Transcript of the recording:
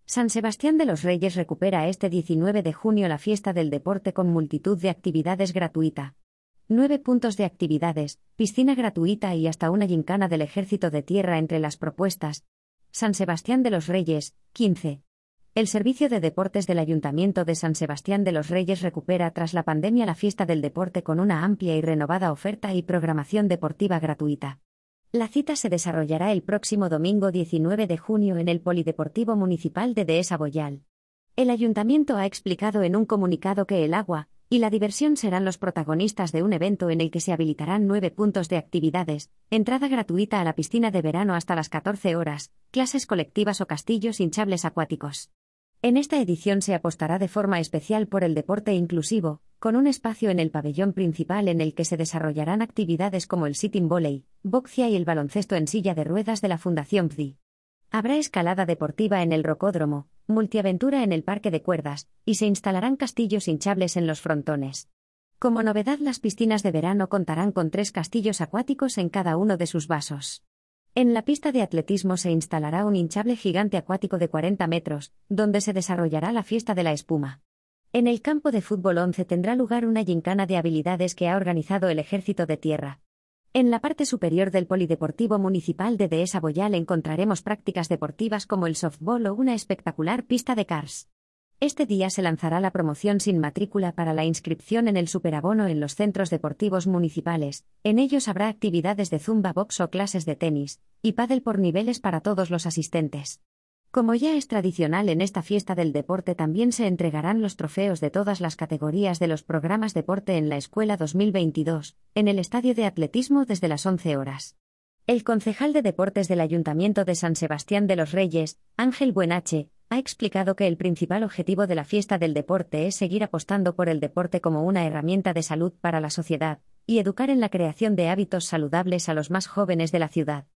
San Sebastián de los Reyes recupera este 19 de junio la fiesta del deporte con multitud de actividades gratuita. 9 puntos de actividades, piscina gratuita y hasta una gincana del Ejército de Tierra entre las propuestas. San Sebastián de los Reyes, 15. El Servicio de Deportes del Ayuntamiento de San Sebastián de los Reyes recupera tras la pandemia la fiesta del deporte con una amplia y renovada oferta y programación deportiva gratuita. La cita se desarrollará el próximo domingo 19 de junio en el Polideportivo Municipal de Dehesa Boyal. El Ayuntamiento ha explicado en un comunicado que el agua y la diversión serán los protagonistas de un evento en el que se habilitarán 9 puntos de actividades, entrada gratuita a la piscina de verano hasta las 14 horas, clases colectivas o castillos hinchables acuáticos. En esta edición se apostará de forma especial por el deporte inclusivo, con un espacio en el pabellón principal en el que se desarrollarán actividades como el sitting volley, boxia y el baloncesto en silla de ruedas de la Fundación PDI. Habrá escalada deportiva en el rocódromo, multiaventura en el parque de cuerdas, y se instalarán castillos hinchables en los frontones. Como novedad, las piscinas de verano contarán con 3 castillos acuáticos en cada uno de sus vasos. En la pista de atletismo se instalará un hinchable gigante acuático de 40 metros, donde se desarrollará la fiesta de la espuma. En el campo de fútbol 11 tendrá lugar una gincana de habilidades que ha organizado el Ejército de Tierra. En la parte superior del Polideportivo Municipal de Dehesa Boyal encontraremos prácticas deportivas como el softball o una espectacular pista de karts. Este día se lanzará la promoción sin matrícula para la inscripción en el superabono en los centros deportivos municipales. En ellos habrá actividades de zumba, box o clases de tenis, y pádel por niveles para todos los asistentes. Como ya es tradicional en esta fiesta del deporte, también se entregarán los trofeos de todas las categorías de los programas Deporte en la Escuela 2022, en el estadio de atletismo desde las 11 horas. El concejal de Deportes del Ayuntamiento de San Sebastián de los Reyes, Ángel Buenache, ha explicado que el principal objetivo de la fiesta del deporte es seguir apostando por el deporte como una herramienta de salud para la sociedad, y educar en la creación de hábitos saludables a los más jóvenes de la ciudad.